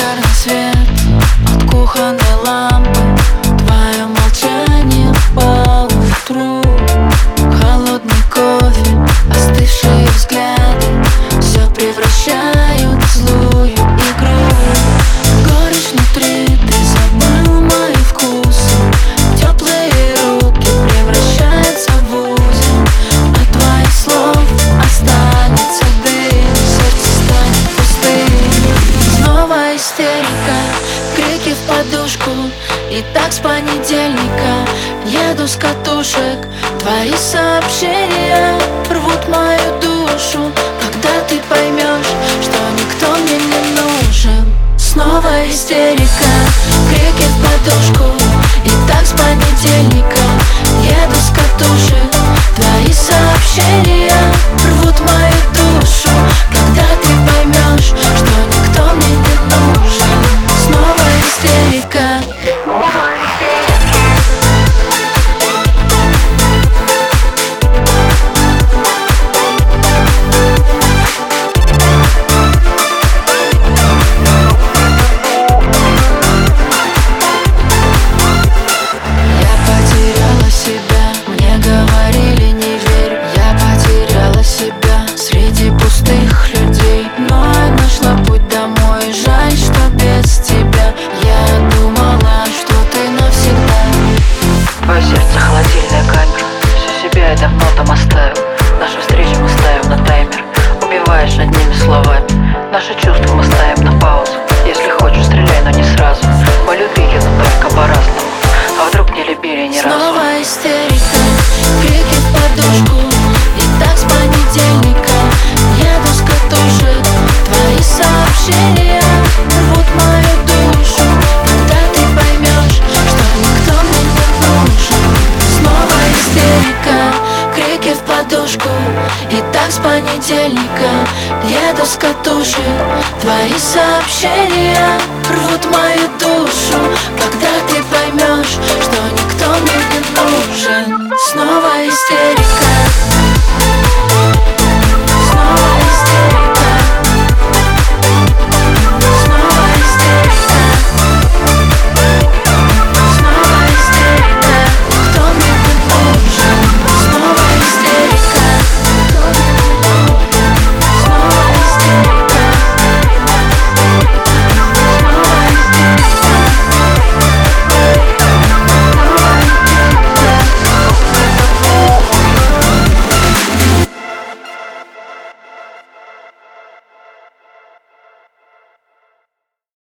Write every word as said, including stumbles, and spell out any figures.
Янтарный свет от кухонной лампы, твое молчание по утру, холодный кофе, остывшие взгляды, все превращают в злую игру. Горечь внутри, ты забыл мои вкусы, теплые руки превращаются в узел. От твоих слов останется дым, сердце станет пустым. Снова истерика, крики в подушку, и так с понедельника еду с катушек. Твои сообщения рвут мою душу, когда ты поймешь, что никто мне не нужен. Снова истерика, крики в подушку, и так с понедельника еду с катушек. Твои сообщения рвут мою душу, когда ты поймешь, что никто мне не нужен. Снова истерика. Сердце холодильная камера, все себя я давно там оставил. Нашу встречу мы ставим на таймер, убиваешь одними словами. Наши чувства мы ставим на паузу. Если хочешь, стреляй, но не сразу. Мы любили, но только по-разному. А вдруг не любили ни разу? Снова истерика, крики в подушку, и так с понедельника еду с катушек. Твои сообщения рвут мою душу, когда ты поймешь, что никто мне не нужен. Снова истерика, крики в подушку, и так с понедельника еду с катушек. Твои сообщения рвут мою душу, когда